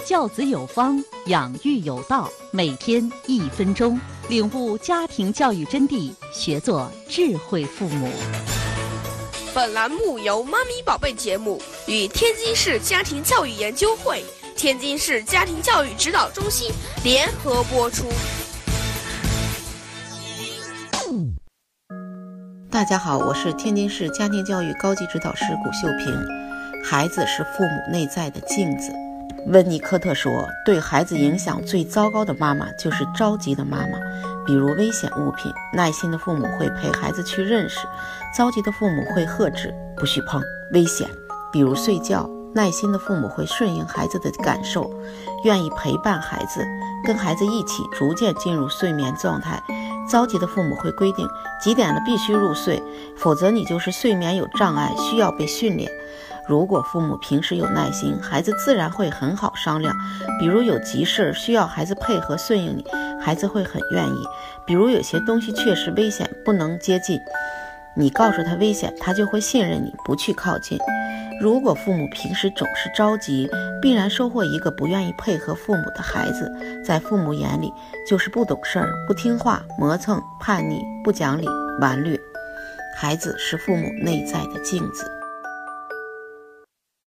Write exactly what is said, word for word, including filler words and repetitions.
教子有方，养育有道，每天一分钟，领悟家庭教育真谛，学做智慧父母。 本栏目由妈咪宝贝节目与天津市家庭教育研究会、天津市家庭教育指导中心联合播出。 大家好，我是天津市家庭教育高级指导师古秀萍。孩子是父母内在的镜子。温尼科特说，对孩子影响最糟糕的妈妈就是着急的妈妈。比如危险物品，耐心的父母会陪孩子去认识，着急的父母会喝止，不许碰，危险。比如睡觉，耐心的父母会顺应孩子的感受，愿意陪伴孩子，跟孩子一起逐渐进入睡眠状态。着急的父母会规定几点了必须入睡，否则你就是睡眠有障碍，需要被训练。如果父母平时有耐心，孩子自然会很好商量。比如有急事需要孩子配合顺应你，孩子会很愿意。比如有些东西确实危险，不能接近，你告诉他危险，他就会信任你，不去靠近。如果父母平时总是着急，必然收获一个不愿意配合父母的孩子，在父母眼里就是不懂事儿、不听话、磨蹭、叛逆、不讲理、顽劣。孩子是父母内在的镜子。